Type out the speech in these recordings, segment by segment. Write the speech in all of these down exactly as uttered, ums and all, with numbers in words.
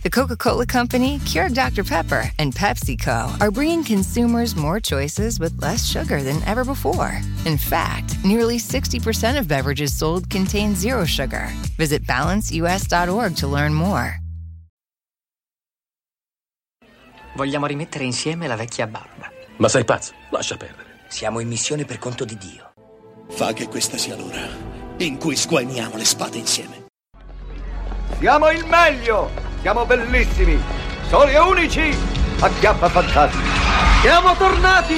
The Coca-Cola Company, Keurig Doctor Pepper, and PepsiCo are bringing consumers more choices with less sugar than ever before. In fact, nearly sixty percent of beverages sold contain zero sugar. Visit balance u s dot org to learn more. Vogliamo rimettere insieme la vecchia barba. Ma sei pazzo? Lascia perdere. Siamo in missione per conto di Dio. Fa che questa sia l'ora in cui sguainiamo le spade insieme. Siamo il meglio! Siamo bellissimi! Soli e unici! Acchiappa fantasmi! Siamo tornati!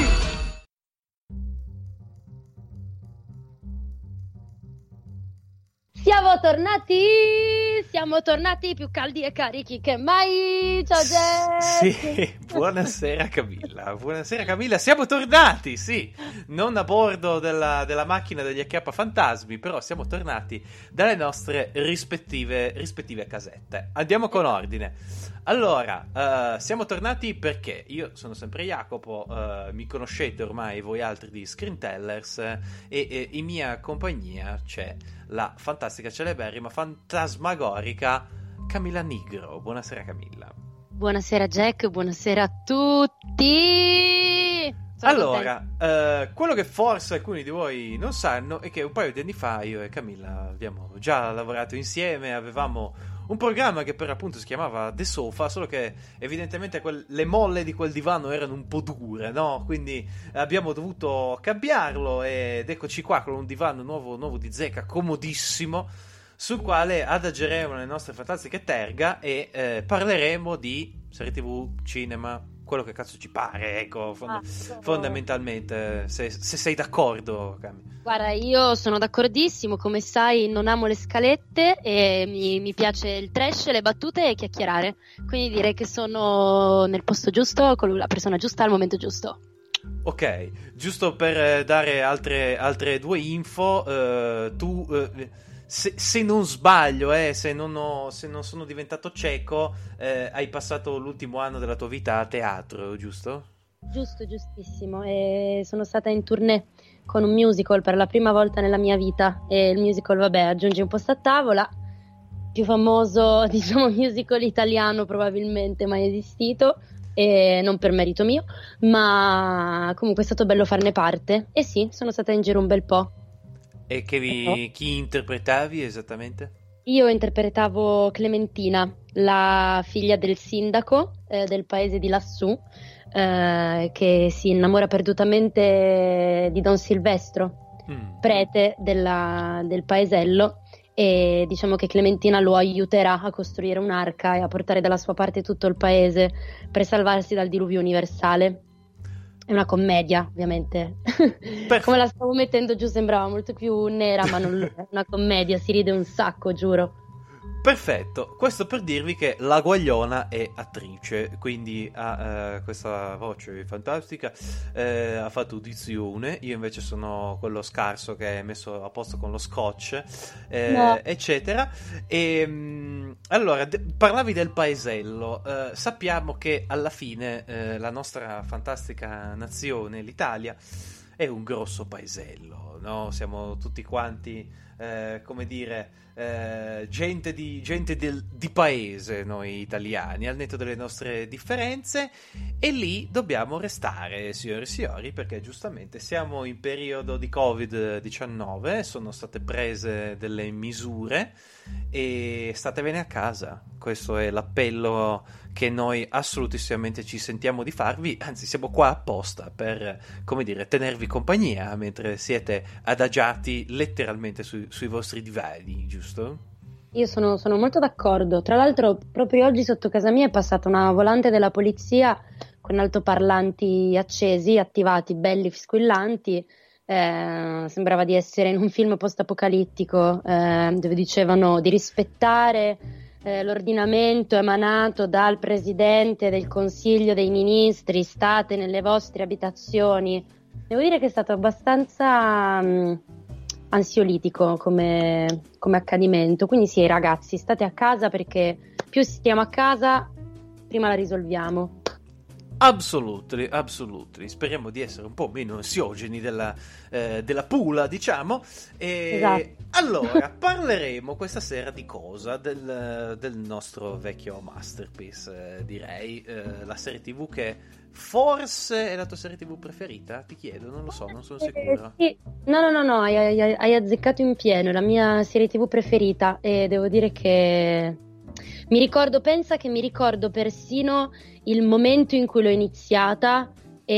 Siamo tornati! Siamo tornati più caldi e carichi che mai! Ciao Jack! Sì, buonasera Camilla, buonasera Camilla, siamo tornati, sì, non a bordo della, della macchina degli acchiappafantasmi, però siamo tornati dalle nostre rispettive, rispettive casette. Andiamo con ordine. Allora, uh, siamo tornati perché io sono sempre Jacopo, uh, mi conoscete ormai voi altri di Screentellers, eh, e, e in mia compagnia c'è la fantastica, celeberrima, fantasmagorica Camilla Nigro. Buonasera Camilla. Buonasera Jack, buonasera a tutti! Sono allora, eh, quello che forse alcuni di voi non sanno è che un paio di anni fa io e Camilla abbiamo già lavorato insieme, avevamo un programma che per appunto si chiamava The Sofa, solo che evidentemente quel, le molle di quel divano erano un po' dure, no? Quindi abbiamo dovuto cambiarlo ed eccoci qua con un divano nuovo, nuovo di zecca, comodissimo, sul quale adageremo le nostre fantastiche terga e eh, parleremo di serie tv, cinema, quello che cazzo ci pare, ecco, fond- ah, fondamentalmente, se, se sei d'accordo, Cami. Guarda, io sono d'accordissimo, come sai non amo le scalette e mi, mi piace il trash, le battute e chiacchierare, quindi direi che sono nel posto giusto, con la persona giusta al momento giusto. Ok, giusto per dare altre, altre due info, uh, tu... Uh, Se, se non sbaglio, eh, se, non ho, se non sono diventato cieco, eh, hai passato l'ultimo anno della tua vita a teatro, giusto? Giusto, giustissimo. E sono stata in tournée con un musical per la prima volta nella mia vita. E il musical, vabbè, aggiungi un posto a tavola. Più famoso, diciamo, musical italiano probabilmente mai esistito. E non per merito mio, ma comunque è stato bello farne parte. E sì, sono stata in giro un bel po'. E che vi, chi interpretavi esattamente? Io interpretavo Clementina, la figlia del sindaco eh, del paese di lassù, eh, che si innamora perdutamente di Don Silvestro, mm. prete della, del paesello, e diciamo che Clementina lo aiuterà a costruire un'arca e a portare dalla sua parte tutto il paese per salvarsi dal diluvio universale. È una commedia, ovviamente. Come la stavo mettendo giù sembrava molto più nera, ma non è una commedia, si ride un sacco, giuro. Perfetto, questo per dirvi che la Guagliona è attrice, quindi ha eh, questa voce fantastica, eh, ha fatto audizione, io invece sono quello scarso che è messo a posto con lo scotch, eh, no. eccetera. E mh, allora, de- parlavi del paesello, eh, sappiamo che alla fine eh, la nostra fantastica nazione, l'Italia, è un grosso paesello, no? Siamo tutti quanti, eh, come dire, eh, gente, di, gente del, di paese, noi italiani, al netto delle nostre differenze, e lì dobbiamo restare, signore e signori, perché giustamente siamo in periodo di covid diciannove, sono state prese delle misure e statevene a casa. Questo è l'appello che noi assolutissimamente ci sentiamo di farvi, anzi siamo qua apposta per, come dire, tenervi compagnia mentre siete adagiati letteralmente sui, sui vostri divani, giusto? Io sono, sono molto d'accordo. Tra l'altro proprio oggi sotto casa mia è passata una volante della polizia con altoparlanti accesi, attivati, belli, squillanti. Eh, sembrava di essere in un film post-apocalittico, eh, dove dicevano di rispettare eh, l'ordinamento emanato dal Presidente del Consiglio dei Ministri, state nelle vostre abitazioni. Devo dire che è stato abbastanza mh, ansiolitico come, come accadimento, quindi sì, ragazzi, state a casa, perché più stiamo a casa prima la risolviamo. Absolutely, absolutely. Speriamo di essere un po' meno ansiogeni della, eh, della Pula, diciamo. E Esatto. allora, parleremo questa sera di cosa? Del, del nostro vecchio masterpiece, eh, direi. Eh, la serie tivù che forse è la tua serie tivù preferita? Ti chiedo, non lo so, non sono sicuro. Eh, sì. No, no, no, no, hai, hai- hai azzeccato in pieno, è la mia serie tivù preferita e devo dire che mi ricordo, pensa che mi ricordo persino il momento in cui l'ho iniziata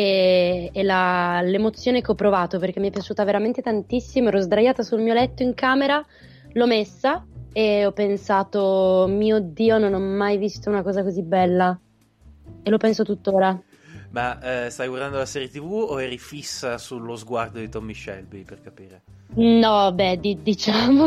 e, e la- l'emozione che ho provato perché mi è piaciuta veramente tantissimo, ero sdraiata sul mio letto in camera, l'ho messa e ho pensato, mio Dio, non ho mai visto una cosa così bella e lo penso tuttora. Ma eh, stai guardando la serie tivù o eri fissa sullo sguardo di Tommy Shelby, per capire? No, beh, di- diciamo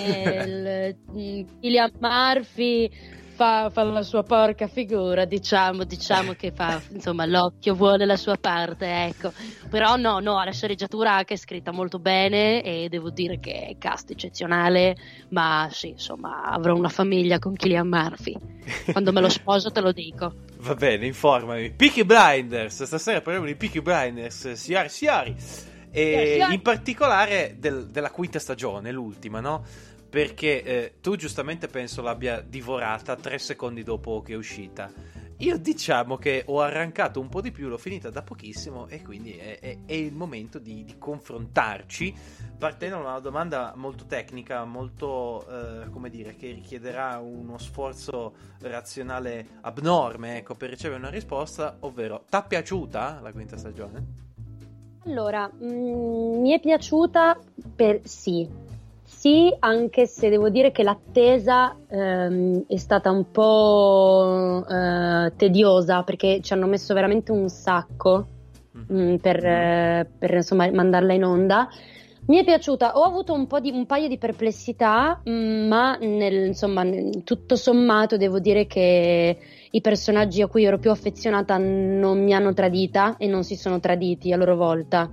che il, mm, Cillian Murphy fa, fa la sua porca figura, diciamo, diciamo che fa, insomma, l'occhio vuole la sua parte, ecco. Però no, no, la sceneggiatura che è scritta molto bene e devo dire che è cast eccezionale, ma sì, insomma, avrò una famiglia con Cillian Murphy. Quando me lo sposo te lo dico. Va bene, informami. Peaky Blinders, stasera parliamo di Peaky Blinders, siari siari. E Siari, siari. in particolare del- della quinta stagione, l'ultima, no? Perché eh, tu giustamente penso l'abbia divorata tre secondi dopo che è uscita. Io diciamo che ho arrancato un po' di più, l'ho finita da pochissimo e quindi è, è- è il momento di, di confrontarci, partendo da una domanda molto tecnica, molto, eh, come dire, che richiederà uno sforzo razionale abnorme, ecco, per ricevere una risposta, ovvero, t'ha piaciuta la quinta stagione? Allora, mm, mi è piaciuta per sì, sì, anche se devo dire che l'attesa ehm, è stata un po' eh, tediosa perché ci hanno messo veramente un sacco mm, per, eh, per, insomma mandarla in onda. Mi è piaciuta, ho avuto un po' di un paio di perplessità, mm, ma nel, insomma, nel- tutto sommato devo dire che i personaggi a cui ero più affezionata non mi hanno tradita e non si sono traditi a loro volta.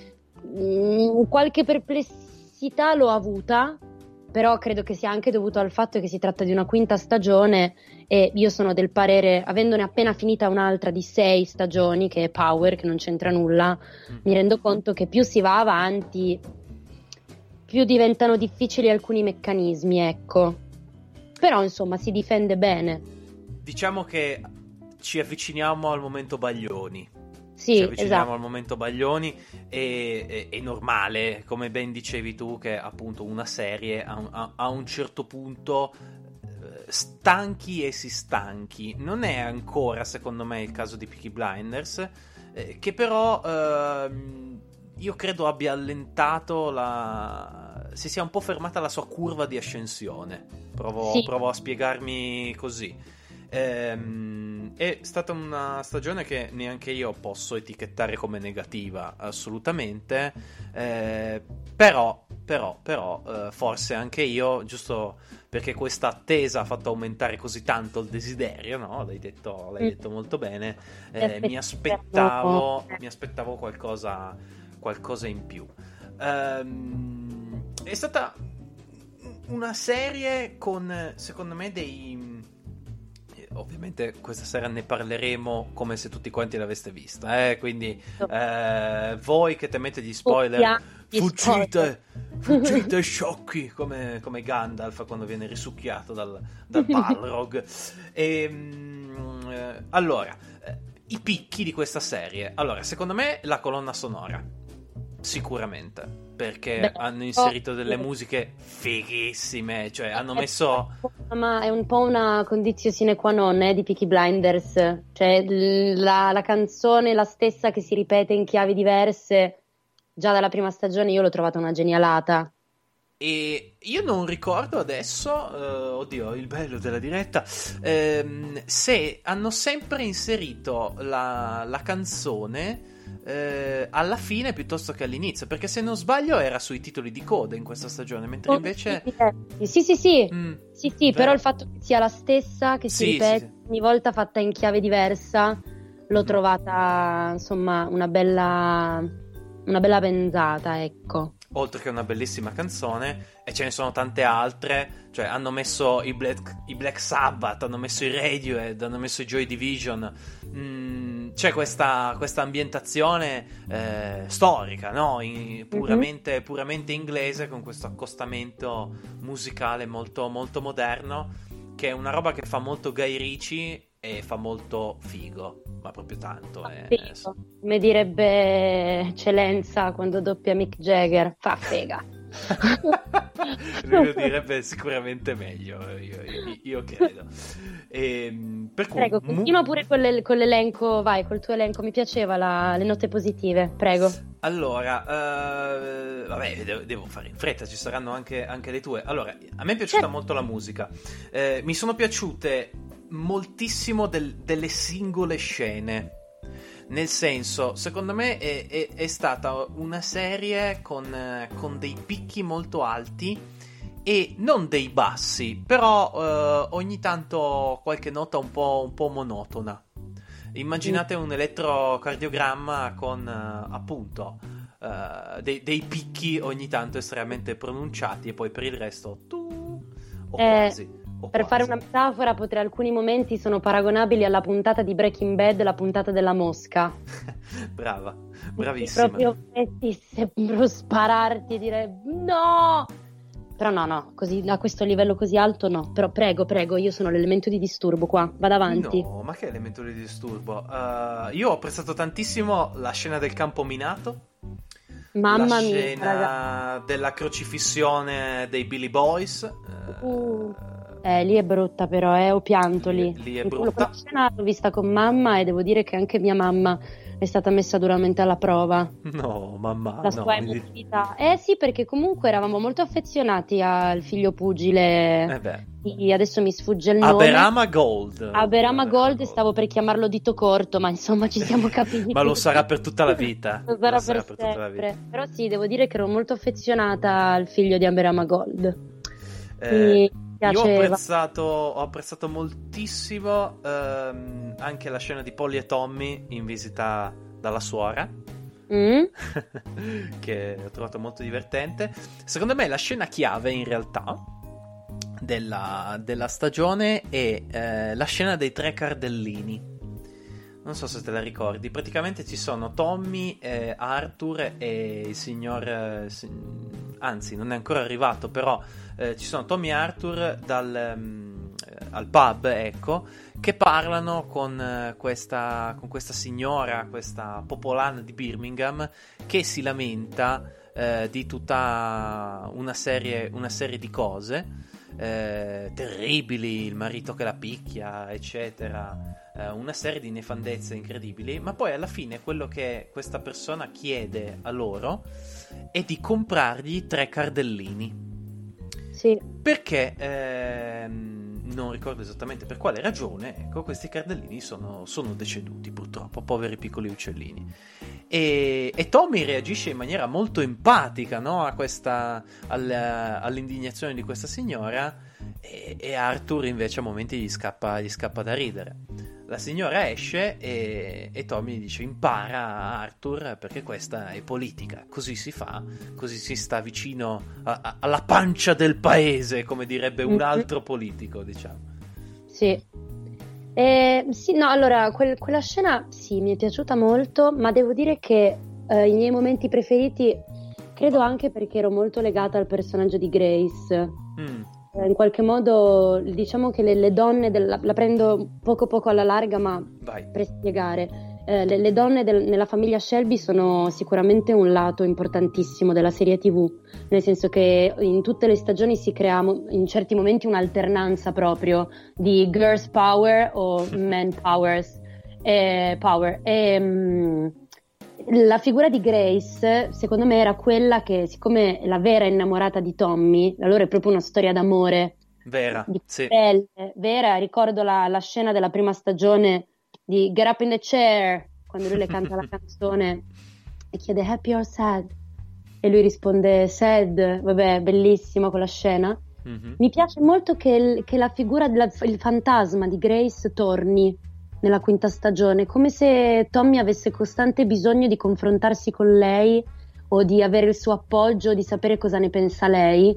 Mm, qualche perplessità l'ho avuta, però credo che sia anche dovuto al fatto che si tratta di una quinta stagione e io sono del parere, avendone appena finita un'altra di sei stagioni, che è Power, che non c'entra nulla, mi rendo conto che più si va avanti, più diventano difficili alcuni meccanismi, ecco. Però insomma si difende bene. Diciamo che ci avviciniamo al momento Baglioni. Sì, Ci avviciniamo esatto. al momento Baglioni e è, è normale, come ben dicevi tu, che appunto una serie a un, a- a un certo punto eh, stanchi e si stanchi. Non è ancora, secondo me, il caso di Peaky Blinders, eh, che però ehm, io credo abbia allentato la... si sia un po' fermata la sua curva di ascensione. Provo, Sì. provo a spiegarmi così. Ehm, è stata una stagione che neanche io posso etichettare come negativa, assolutamente. Eh, però, però, però, eh, forse anche io, giusto perché questa attesa ha fatto aumentare così tanto il desiderio, no? L'hai detto, l'hai Mm. detto molto bene. Ti eh, mi aspettavo, aspettavo. mi aspettavo qualcosa, qualcosa in più. Ehm, è stata una serie con, secondo me, dei... Ovviamente questa sera ne parleremo come se tutti quanti l'aveste vista, eh? Quindi eh, voi che temete gli spoiler, Tutti gli fuggite, fuggite sciocchi, come, come Gandalf quando viene risucchiato dal, dal Balrog. E, mm, eh, allora, eh, i picchi di questa serie. Allora, secondo me la colonna sonora, sicuramente, perché Beh, hanno inserito delle oh, musiche fighissime, cioè hanno messo... Ma è un po' una condizione sine qua non eh, di Peaky Blinders, cioè l- la, la canzone la stessa che si ripete in chiavi diverse già dalla prima stagione io l'ho trovata una genialata. E io non ricordo adesso, eh, oddio, il bello della diretta, ehm, se hanno sempre inserito la, la canzone eh, alla fine piuttosto che all'inizio, perché se non sbaglio era sui titoli di coda in questa stagione, mentre invece... Sì, sì, sì, Mm, sì, sì, vero. però il fatto che sia la stessa, che si Sì, ripete sì, sì. ogni volta fatta in chiave diversa, l'ho Mm. trovata insomma una bella, una bella benzata, ecco. Oltre che una bellissima canzone, e ce ne sono tante altre, cioè hanno messo i Black, i Black Sabbath, hanno messo i Radiohead, hanno messo i Joy Division, mm, c'è questa, questa ambientazione eh, storica, no? In, puramente, mm-hmm. puramente inglese, con questo accostamento musicale molto, molto moderno, che è una roba che fa molto Guy Ritchie e fa molto figo, ma proprio tanto. Eh. Figo. Come direbbe Eccellenza quando doppia Mick Jagger, fa fega. Lui lo direbbe sicuramente meglio, io, io, io credo. E, per cui, prego, continua pure con, le, con l'elenco, vai, col tuo elenco, mi piaceva la, le note positive, prego. Allora, uh, vabbè, devo, devo fare in fretta, ci saranno anche, anche le tue. Allora, a me è piaciuta certo. molto la musica, eh, mi sono piaciute moltissimo del, delle singole scene. Nel senso, secondo me è, è, è stata una serie con, con dei picchi molto alti e non dei bassi, però eh, ogni tanto qualche nota un po', un po' monotona. Immaginate un elettrocardiogramma con eh, appunto eh, dei, dei picchi ogni tanto estremamente pronunciati e poi per il resto tu o eh. quasi. O per quasi. fare una metafora, potrei alcuni momenti sono paragonabili alla puntata di Breaking Bad, la puntata della mosca. Brava, bravissima. Proprio metti sempre spararti e dire no. Però no, no, così, a questo livello così alto no. Però prego, prego, io sono l'elemento di disturbo qua, vado avanti. No, ma che elemento di disturbo? Uh, io ho apprezzato tantissimo la scena del campo minato. Mamma la mia, scena raga. della crocifissione dei Billy Boys. Uh, eh, lì è brutta però, eh, ho pianto lì. Lì, lì è In brutta. Quella scena l'ho vista con mamma e devo dire che anche mia mamma è stata messa duramente alla prova. No, mamma, la no, sua emotività. Eh sì, perché comunque eravamo molto affezionati al figlio pugile. Eh beh. Di, adesso mi sfugge il nome. Aberama Gold. Aberama Gold, stavo per chiamarlo dito corto, ma insomma ci siamo capiti. Ma lo sarà per tutta la vita. Lo sarà, lo sarà per, per tutta la vita. Però sì, devo dire che ero molto affezionata al figlio di Aberama Gold. Eh, io ho apprezzato, ho apprezzato moltissimo ehm, anche la scena di Polly e Tommy in visita dalla suora. Mm. Che ho trovato molto divertente. Secondo me la scena chiave in realtà della, della stagione è eh, la scena dei tre cardellini. Non so se te la ricordi. Praticamente ci sono Tommy, eh, Arthur e il signor eh, si... anzi non è ancora arrivato, però eh, ci sono Tommy e Arthur dal, um, al pub, ecco, che parlano con, uh, questa, con questa signora, questa popolana di Birmingham, che si lamenta uh, di tutta una serie, una serie di cose uh, terribili, il marito che la picchia, eccetera, uh, una serie di nefandezze incredibili, ma poi alla fine quello che questa persona chiede a loro è di comprargli tre cardellini. Sì. Perché ehm, non ricordo esattamente per quale ragione, ecco, questi cardellini sono, sono deceduti purtroppo, poveri piccoli uccellini. E, e Tommy reagisce in maniera molto empatica, no, a questa, al, all'indignazione di questa signora, e, e Arthur invece a momenti gli scappa, gli scappa da ridere. La signora esce e, e Tommy dice: impara Arthur, perché questa è politica, così si fa, così si sta vicino a, a, alla pancia del paese, come direbbe un altro politico, diciamo. Sì. Eh, sì, no, allora, quel, quella scena sì, mi è piaciuta molto, ma devo dire che eh, i miei momenti preferiti, credo anche perché ero molto legata al personaggio di Grace. Mm. In qualche modo diciamo che le, le donne della, la prendo poco poco alla larga, ma Vai. per spiegare eh, le, le donne del, nella famiglia Shelby sono sicuramente un lato importantissimo della serie tv, nel senso che in tutte le stagioni si crea in certi momenti un'alternanza proprio di girls power o men powers eh, power e mh, la figura di Grace, secondo me, era quella che, siccome è la vera innamorata di Tommy, allora è proprio una storia d'amore. Vera, di sì. Pelle, vera, ricordo la, la scena della prima stagione di Get Up in the Chair, quando lui le canta la canzone e chiede happy or sad? E lui risponde sad, vabbè, bellissima quella scena. Mm-hmm. Mi piace molto che, il, che la figura, della, il fantasma di Grace torni nella quinta stagione, come se Tommy avesse costante bisogno di confrontarsi con lei o di avere il suo appoggio, di sapere cosa ne pensa lei,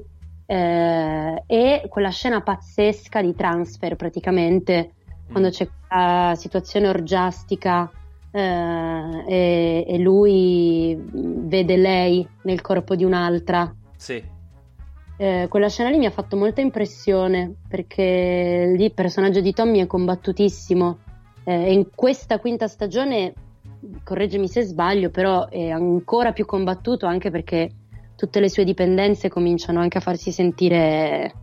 eh, e quella scena pazzesca di transfer praticamente, mm. quando c'è la situazione orgiastica eh, e, e lui vede lei nel corpo di un'altra. Sì. Eh, quella scena lì mi ha fatto molta impressione, perché lì il personaggio di Tommy è combattutissimo, eh, e in questa quinta stagione, correggimi se sbaglio, però è ancora più combattuto, anche perché tutte le sue dipendenze cominciano anche a farsi sentire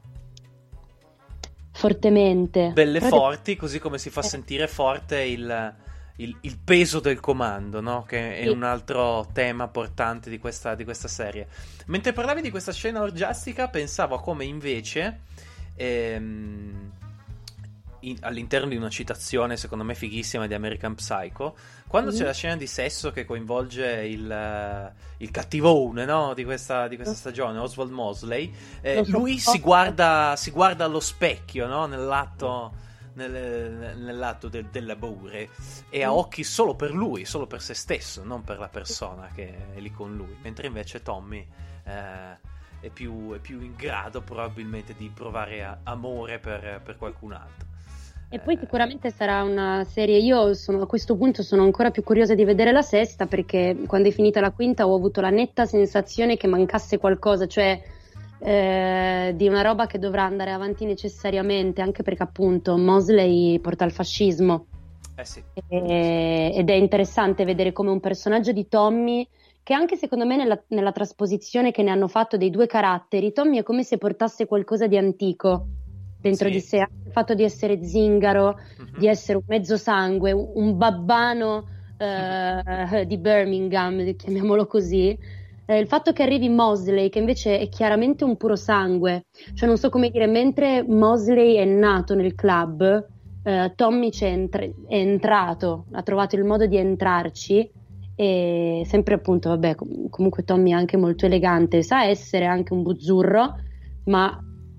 fortemente. Belle Però forti, de- così come si fa sentire forte il, il, il peso del comando, no? Che è Sì. un altro tema portante di questa, di questa serie. Mentre parlavi di questa scena orgiastica, pensavo a come invece ehm, in, all'interno di una citazione secondo me fighissima di American Psycho, quando Mm. c'è la scena di sesso che coinvolge il, il cattivone, no? di, questa, di questa stagione, Oswald Mosley, eh, Lo so. lui si guarda, si guarda allo specchio, no? nell'atto, nel, nell'atto del, della Boure, e ha Mm. occhi solo per lui, solo per se stesso, non per la persona che è lì con lui, mentre invece Tommy eh, è, più, è più in grado probabilmente di provare a- amore per, per qualcun altro. E poi sicuramente sarà una serie, io sono, a questo punto sono ancora più curiosa di vedere la sesta, perché quando è finita la quinta ho avuto la netta sensazione che mancasse qualcosa, cioè eh, di una roba che dovrà andare avanti necessariamente, anche perché appunto Mosley porta al fascismo. Eh sì. E- ed è interessante vedere come un personaggio di Tommy, che anche secondo me nella, nella trasposizione che ne hanno fatto dei due caratteri, Tommy è come se portasse qualcosa di antico dentro Sì. di sé, anche il fatto di essere zingaro, Mhm. di essere un mezzo sangue, un, un babbano eh, di Birmingham, chiamiamolo così. Eh, il fatto che arrivi Mosley, che invece è chiaramente un puro sangue, cioè non so come dire, mentre Mosley è nato nel club, eh, Tommy c'è entra- è entrato, ha trovato il modo di entrarci, e sempre appunto, vabbè, com- comunque Tommy è anche molto elegante, sa essere anche un buzzurro, ma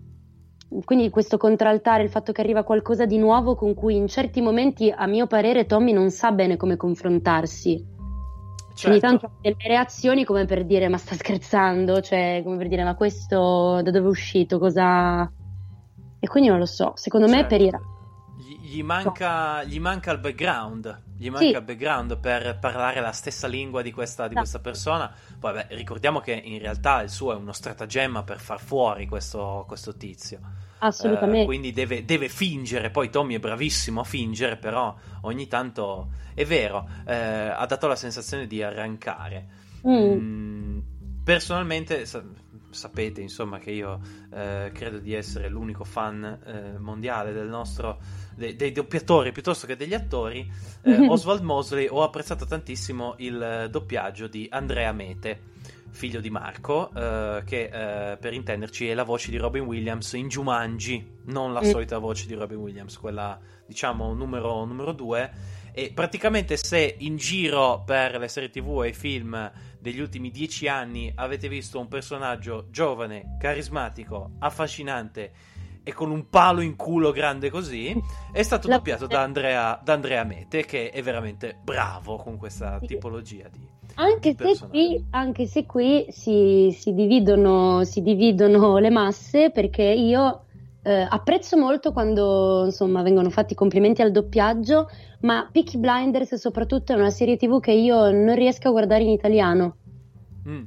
quindi questo contraltare, il fatto che arriva qualcosa di nuovo con cui in certi momenti, a mio parere, Tommy non sa bene come confrontarsi. Cioè, ogni Certo. tanto ha delle reazioni come per dire ma sta scherzando, cioè come per dire ma questo da dove è uscito, cosa... E quindi non lo so, secondo me Certo. per il... Gli, gli manca, gli manca il background, gli manca Sì. il background per parlare la stessa lingua di questa, di questa persona. Poi beh, ricordiamo che in realtà il suo è uno stratagemma per far fuori questo, questo tizio. Assolutamente. Eh, quindi deve, deve fingere. Poi Tommy è bravissimo a fingere, però ogni tanto è vero, eh, ha dato la sensazione di arrancare. Mm. Mm, personalmente sa- sapete insomma che io eh, credo di essere l'unico fan eh, mondiale del nostro de- dei doppiatori piuttosto che degli attori. eh, Oswald Mosley, ho apprezzato tantissimo il eh, doppiaggio di Andrea Mete, figlio di Marco, eh, che eh, per intenderci è la voce di Robin Williams in Jumanji, non la Mm. solita voce di Robin Williams, quella diciamo numero, numero due. E praticamente se in giro per le serie tv e i film degli ultimi dieci anni avete visto un personaggio giovane, carismatico, affascinante e con un palo in culo grande così, è stato La- doppiato da Andrea, da Andrea Mete, che è veramente bravo con questa Sì. tipologia di, Anche di se personaggio. qui, anche se qui si, si dividono, si dividono le masse, perché io eh, apprezzo molto quando insomma vengono fatti complimenti al doppiaggio, ma Peaky Blinders soprattutto è una serie tv che io non riesco a guardare in italiano, Mm.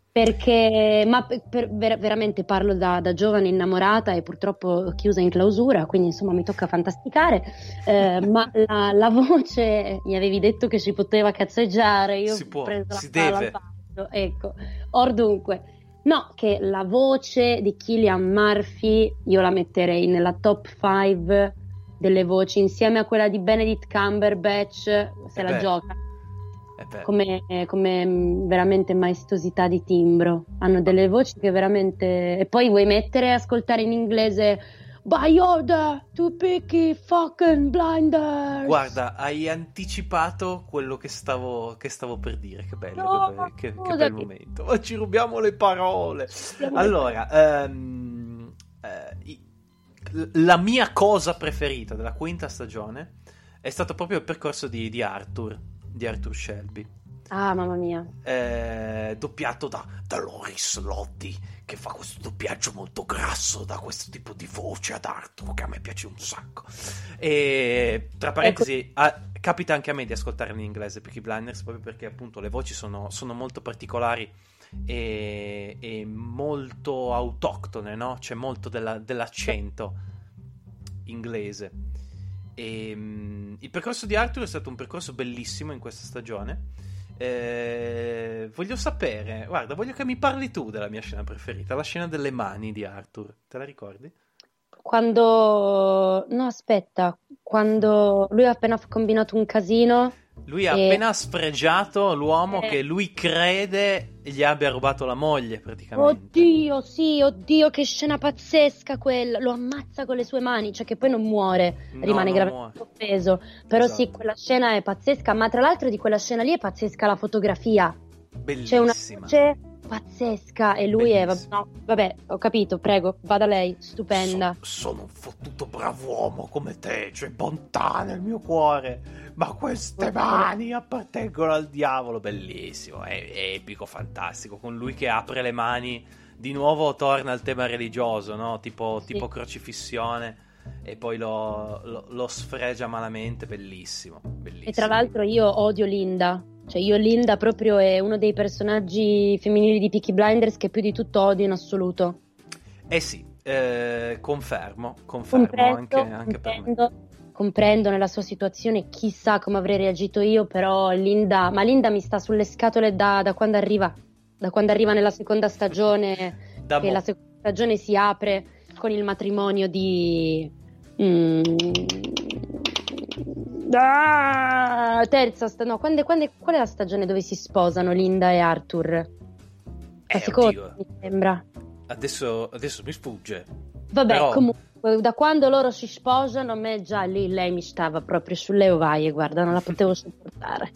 perché ma per- per- ver- veramente parlo da, da giovane innamorata e purtroppo chiusa in clausura, quindi insomma mi tocca fantasticare, eh, ma la, la voce, mi avevi detto che si poteva cazzeggiare, io Si può, ho preso la si palla deve. al balzo, ecco. Or dunque, no, che la voce di Cillian Murphy io la metterei nella top cinque delle voci, insieme a quella di Benedict Cumberbatch, se Eh la beh. gioca Eh beh, come, eh, come mh, veramente maestosità di timbro. Hanno delle voci che veramente... E poi vuoi mettere e ascoltare in inglese By order to Peaky fucking Blinders. guarda, hai anticipato quello che stavo, che stavo per dire. Che bello, No, che, be- che- che scusami. bel momento. Ma ci rubiamo le parole. Allora, ehm, eh, i- la mia cosa preferita della quinta stagione è stato proprio il percorso di, di Arthur, di Arthur Shelby. Ah, mamma mia. eh, doppiato da, da Loris Lottie, che fa questo doppiaggio molto grasso, da questo tipo di voce ad Arthur che a me piace un sacco. E tra parentesi, a- capita anche a me di ascoltare in inglese Peaky Blinders, proprio perché appunto le voci sono, sono molto particolari e, e molto autoctone, no? C'è molto della, dell'accento inglese. E, um, il percorso di Arthur è stato un percorso bellissimo in questa stagione. Eh, voglio sapere, guarda, voglio che mi parli tu della mia scena preferita, la scena delle mani di Arthur, te la ricordi? Quando, no, aspetta, quando lui ha appena combinato un casino. Lui ha e... appena sfregiato l'uomo eh... che lui crede gli abbia rubato la moglie, praticamente. Oddio, sì, oddio, che scena pazzesca quella. Lo ammazza con le sue mani, cioè che poi non muore, No, rimane non gravemente offeso. Però Esatto. sì, quella scena è pazzesca, ma tra l'altro di quella scena lì è pazzesca la fotografia. C'è una Bellissima. luce pazzesca e lui è... Bellissima. No, vabbè, ho capito, prego, vada lei, stupenda. So- sono un fottuto brav'uomo come te, c'è bontà nel mio cuore. Ma queste mani appartengono al diavolo. Bellissimo, è, è epico, fantastico. Con lui che apre le mani, di nuovo torna al tema religioso, no? Tipo, Sì. tipo crocifissione, e poi lo, lo, lo sfregia malamente. Bellissimo, bellissimo. E tra l'altro io odio Linda. Cioè io Linda proprio è uno dei personaggi femminili di Peaky Blinders che più di tutto odio in assoluto. Eh sì, eh, confermo, confermo Comprendo, anche, anche per me. comprendo, comprendo nella sua situazione, chissà come avrei reagito io, però Linda, ma Linda mi sta sulle scatole da, da quando arriva, da quando arriva nella seconda stagione, Da che mo. la seconda stagione si apre con il matrimonio di... Mm, ah, terza sta- no, quando, quando, qual è la stagione dove si sposano Linda e Arthur? La Eh, seconda, oddio. mi sembra. Adesso, adesso mi sfugge. Vabbè, Però- comunque, da quando loro si sposano, a me già lì lei mi stava proprio sulle ovaie, guarda, non la potevo sopportare.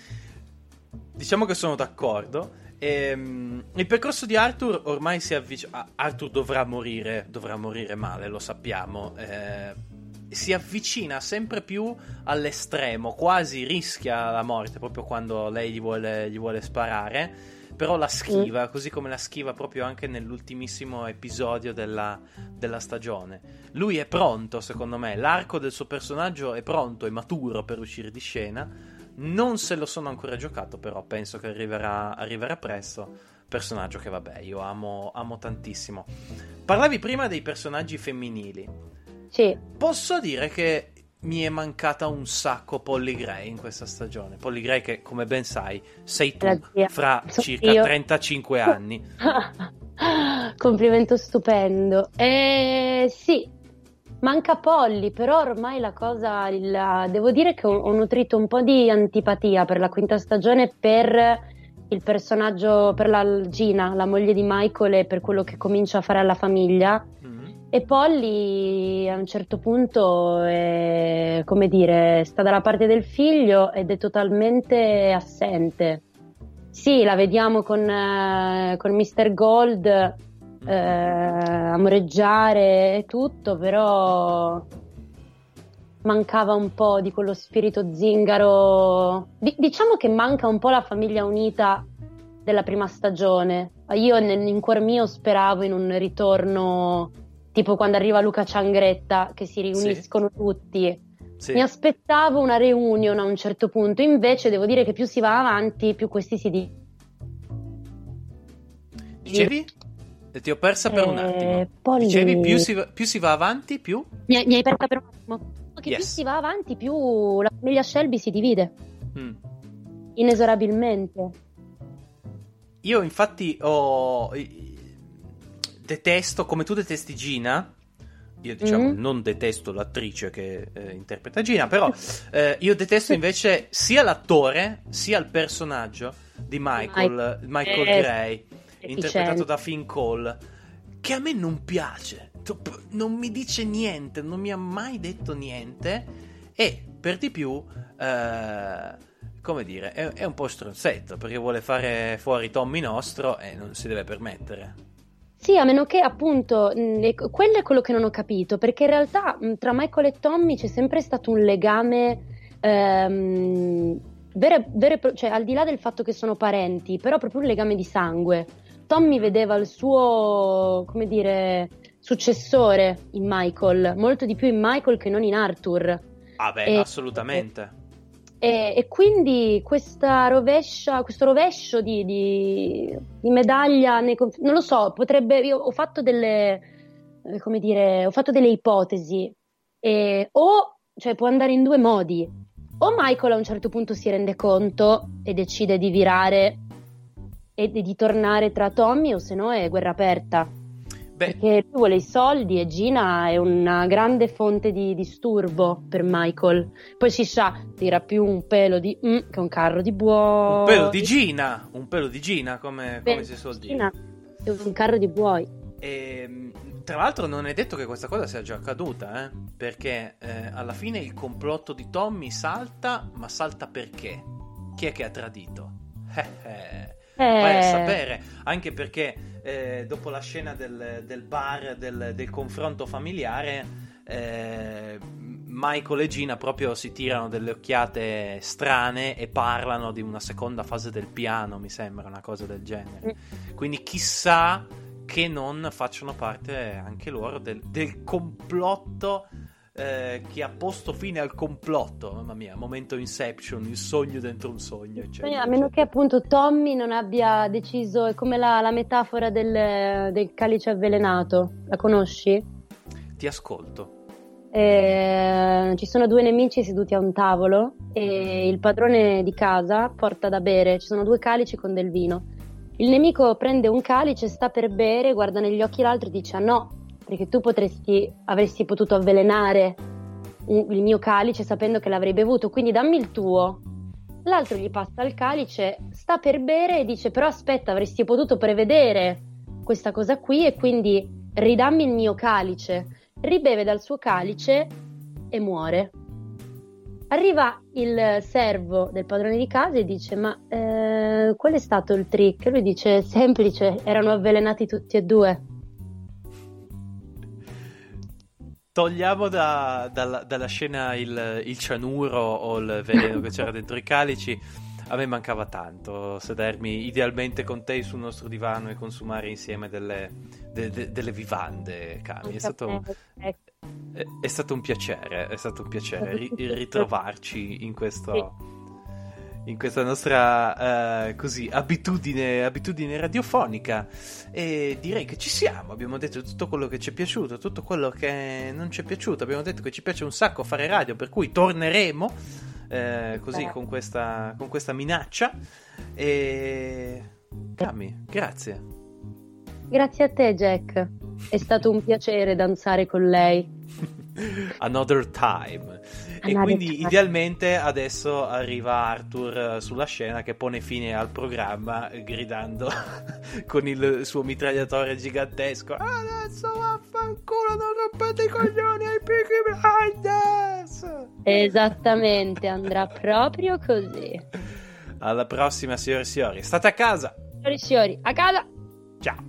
Diciamo che sono d'accordo. Ehm, il percorso di Arthur ormai si avvicina. Arthur dovrà morire, dovrà morire male, lo sappiamo. Eh, si avvicina sempre più all'estremo, quasi rischia la morte proprio quando lei gli vuole, gli vuole sparare. Però la schiva, così come la schiva proprio anche nell'ultimissimo episodio della, della stagione. Lui è pronto, secondo me. L'arco del suo personaggio è pronto, è maturo per uscire di scena. Non se lo sono ancora giocato, però penso che arriverà, arriverà presto. Personaggio che vabbè, io amo, amo tantissimo. Parlavi prima dei personaggi femminili. Sì, Posso dire che mi è mancata un sacco Polly Gray in questa stagione. Polly Gray che, come ben sai, sei tu La zia. fra Sono circa io. trentacinque anni. complimento stupendo. Eh, sì, manca Polly, però ormai la cosa, il- devo dire che ho, ho nutrito un po' di antipatia per la quinta stagione per il personaggio, per la Gina, la moglie di Michael, e per quello che comincia a fare alla famiglia. Mm. E Polly a un certo punto è, come dire, sta dalla parte del figlio ed è totalmente assente. Sì, la vediamo con, eh, con mister Gold eh, amoreggiare e tutto, però mancava un po' di quello spirito zingaro. Di- diciamo che manca un po' la famiglia unita della prima stagione. Io nel, in cuor mio speravo in un ritorno tipo quando arriva Luca Ciangretta, che si riuniscono tutti. Sì. Mi aspettavo una reunion a un certo punto, invece devo dire che più si va avanti, più questi si di... Dicevi? E ti ho persa per un Eh, attimo. Polly- Dicevi più si, va, più si va avanti, più? Mi hai, mi hai persa per un attimo. Che più Yes. si va avanti, più la famiglia Shelby si divide, Mm. inesorabilmente. Io infatti ho... detesto, come tu detesti Gina, io diciamo Mhm. non detesto l'attrice che eh, interpreta Gina, però eh, io detesto invece sia l'attore sia il personaggio di Michael, Michael Eh, Gray, interpretato deficiente. da Finn Cole, che a me non piace, non mi dice niente, non mi ha mai detto niente, e per di più eh, come dire, è, è un po' stronzetto perché vuole fare fuori Tommy nostro e non si deve permettere. Sì, a meno che appunto, mh, e- quello è quello che non ho capito, perché in realtà mh, tra Michael e Tommy c'è sempre stato un legame, ehm, vero, e- vero e pro- cioè al di là del fatto che sono parenti, però proprio un legame di sangue. Tommy vedeva il suo, come dire, successore in Michael, molto di più in Michael che non in Arthur. Ah beh, E- assolutamente. E, e quindi questa rovescia, questo rovescio di, di, di medaglia, nei conf- non lo so, potrebbe, io ho fatto delle, eh, come dire, ho fatto delle ipotesi, e, o, cioè può andare in due modi, o Michael a un certo punto si rende conto e decide di virare e di, di tornare tra Tommy, o se no è guerra aperta. Beh. Perché lui vuole i soldi e Gina è una grande fonte di disturbo per Michael. Poi si sa, tira più un pelo di mm, che un carro di buoi. Un pelo di Gina, un pelo di Gina, come, come si suol dire. Gina è un carro di buoi. E, tra l'altro non è detto che questa cosa sia già accaduta, eh? Perché eh, alla fine il complotto di Tommy salta, ma salta perché? Chi è che ha tradito? Eh, eh. Vai a sapere, anche perché eh, dopo la scena del, del bar, del, del confronto familiare, eh, Michael e Gina proprio si tirano delle occhiate strane e parlano di una seconda fase del piano, mi sembra, una cosa del genere. Quindi chissà che non facciano parte anche loro del, del complotto Eh, che ha posto fine al complotto. Mamma mia, momento Inception, il sogno dentro un sogno, eccetera, a meno eccetera. che appunto Tommy non abbia deciso, è come la, la metafora del, del calice avvelenato, la conosci? Ti ascolto. Eh, ci sono due nemici seduti a un tavolo e il padrone di casa porta da bere, ci sono due calici con del vino. Il nemico prende un calice, sta per bere, guarda negli occhi l'altro e dice: no, perché tu potresti, avresti potuto avvelenare il mio calice sapendo che l'avrei bevuto, quindi dammi il tuo. L'altro gli passa il calice, sta per bere e dice: però aspetta, avresti potuto prevedere questa cosa qui e quindi ridammi il mio calice. Ribeve dal suo calice e muore. Arriva il servo del padrone di casa e dice: ma eh, qual è stato il trick? Lui dice: semplice, erano avvelenati tutti e due. Togliamo da, dalla, dalla scena il, il cianuro o il veleno che c'era dentro i calici. A me mancava tanto sedermi idealmente con te sul nostro divano e consumare insieme delle, de, de, delle vivande, Cami. È stato, è, è stato un piacere, è stato un piacere ri, ritrovarci in questo... in questa nostra uh, così abitudine abitudine radiofonica, e direi che ci siamo. Abbiamo detto tutto quello che ci è piaciuto, tutto quello che non ci è piaciuto. Abbiamo detto che ci piace un sacco fare radio, per cui torneremo eh, così con questa, con questa minaccia. E Cami, grazie. Grazie a te, Jack, è stato un piacere danzare con lei. Another time. E quindi idealmente adesso arriva Arthur sulla scena che pone fine al programma gridando con il suo mitragliatore gigantesco: adesso vaffanculo, non rompete i coglioni ai Peaky Blinders. Esattamente, andrà proprio così. Alla prossima, signori e signori, state a casa. Signori e signori, a casa. Ciao.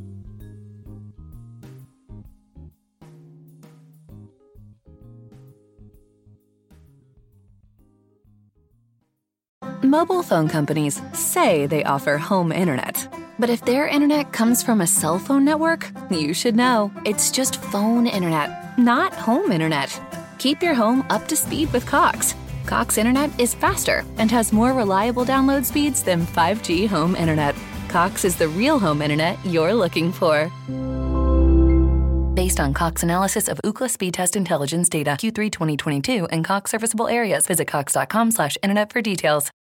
Mobile phone companies say they offer home internet. But if their internet comes from a cell phone network, you should know. It's just phone internet, not home internet. Keep your home up to speed with Cox. Cox Internet is faster and has more reliable download speeds than five G home internet. Cox is the real home internet you're looking for. Based on Cox analysis of Ookla speed test intelligence data Q three twenty twenty-two and Cox serviceable areas, visit cox dot com slash internet for details.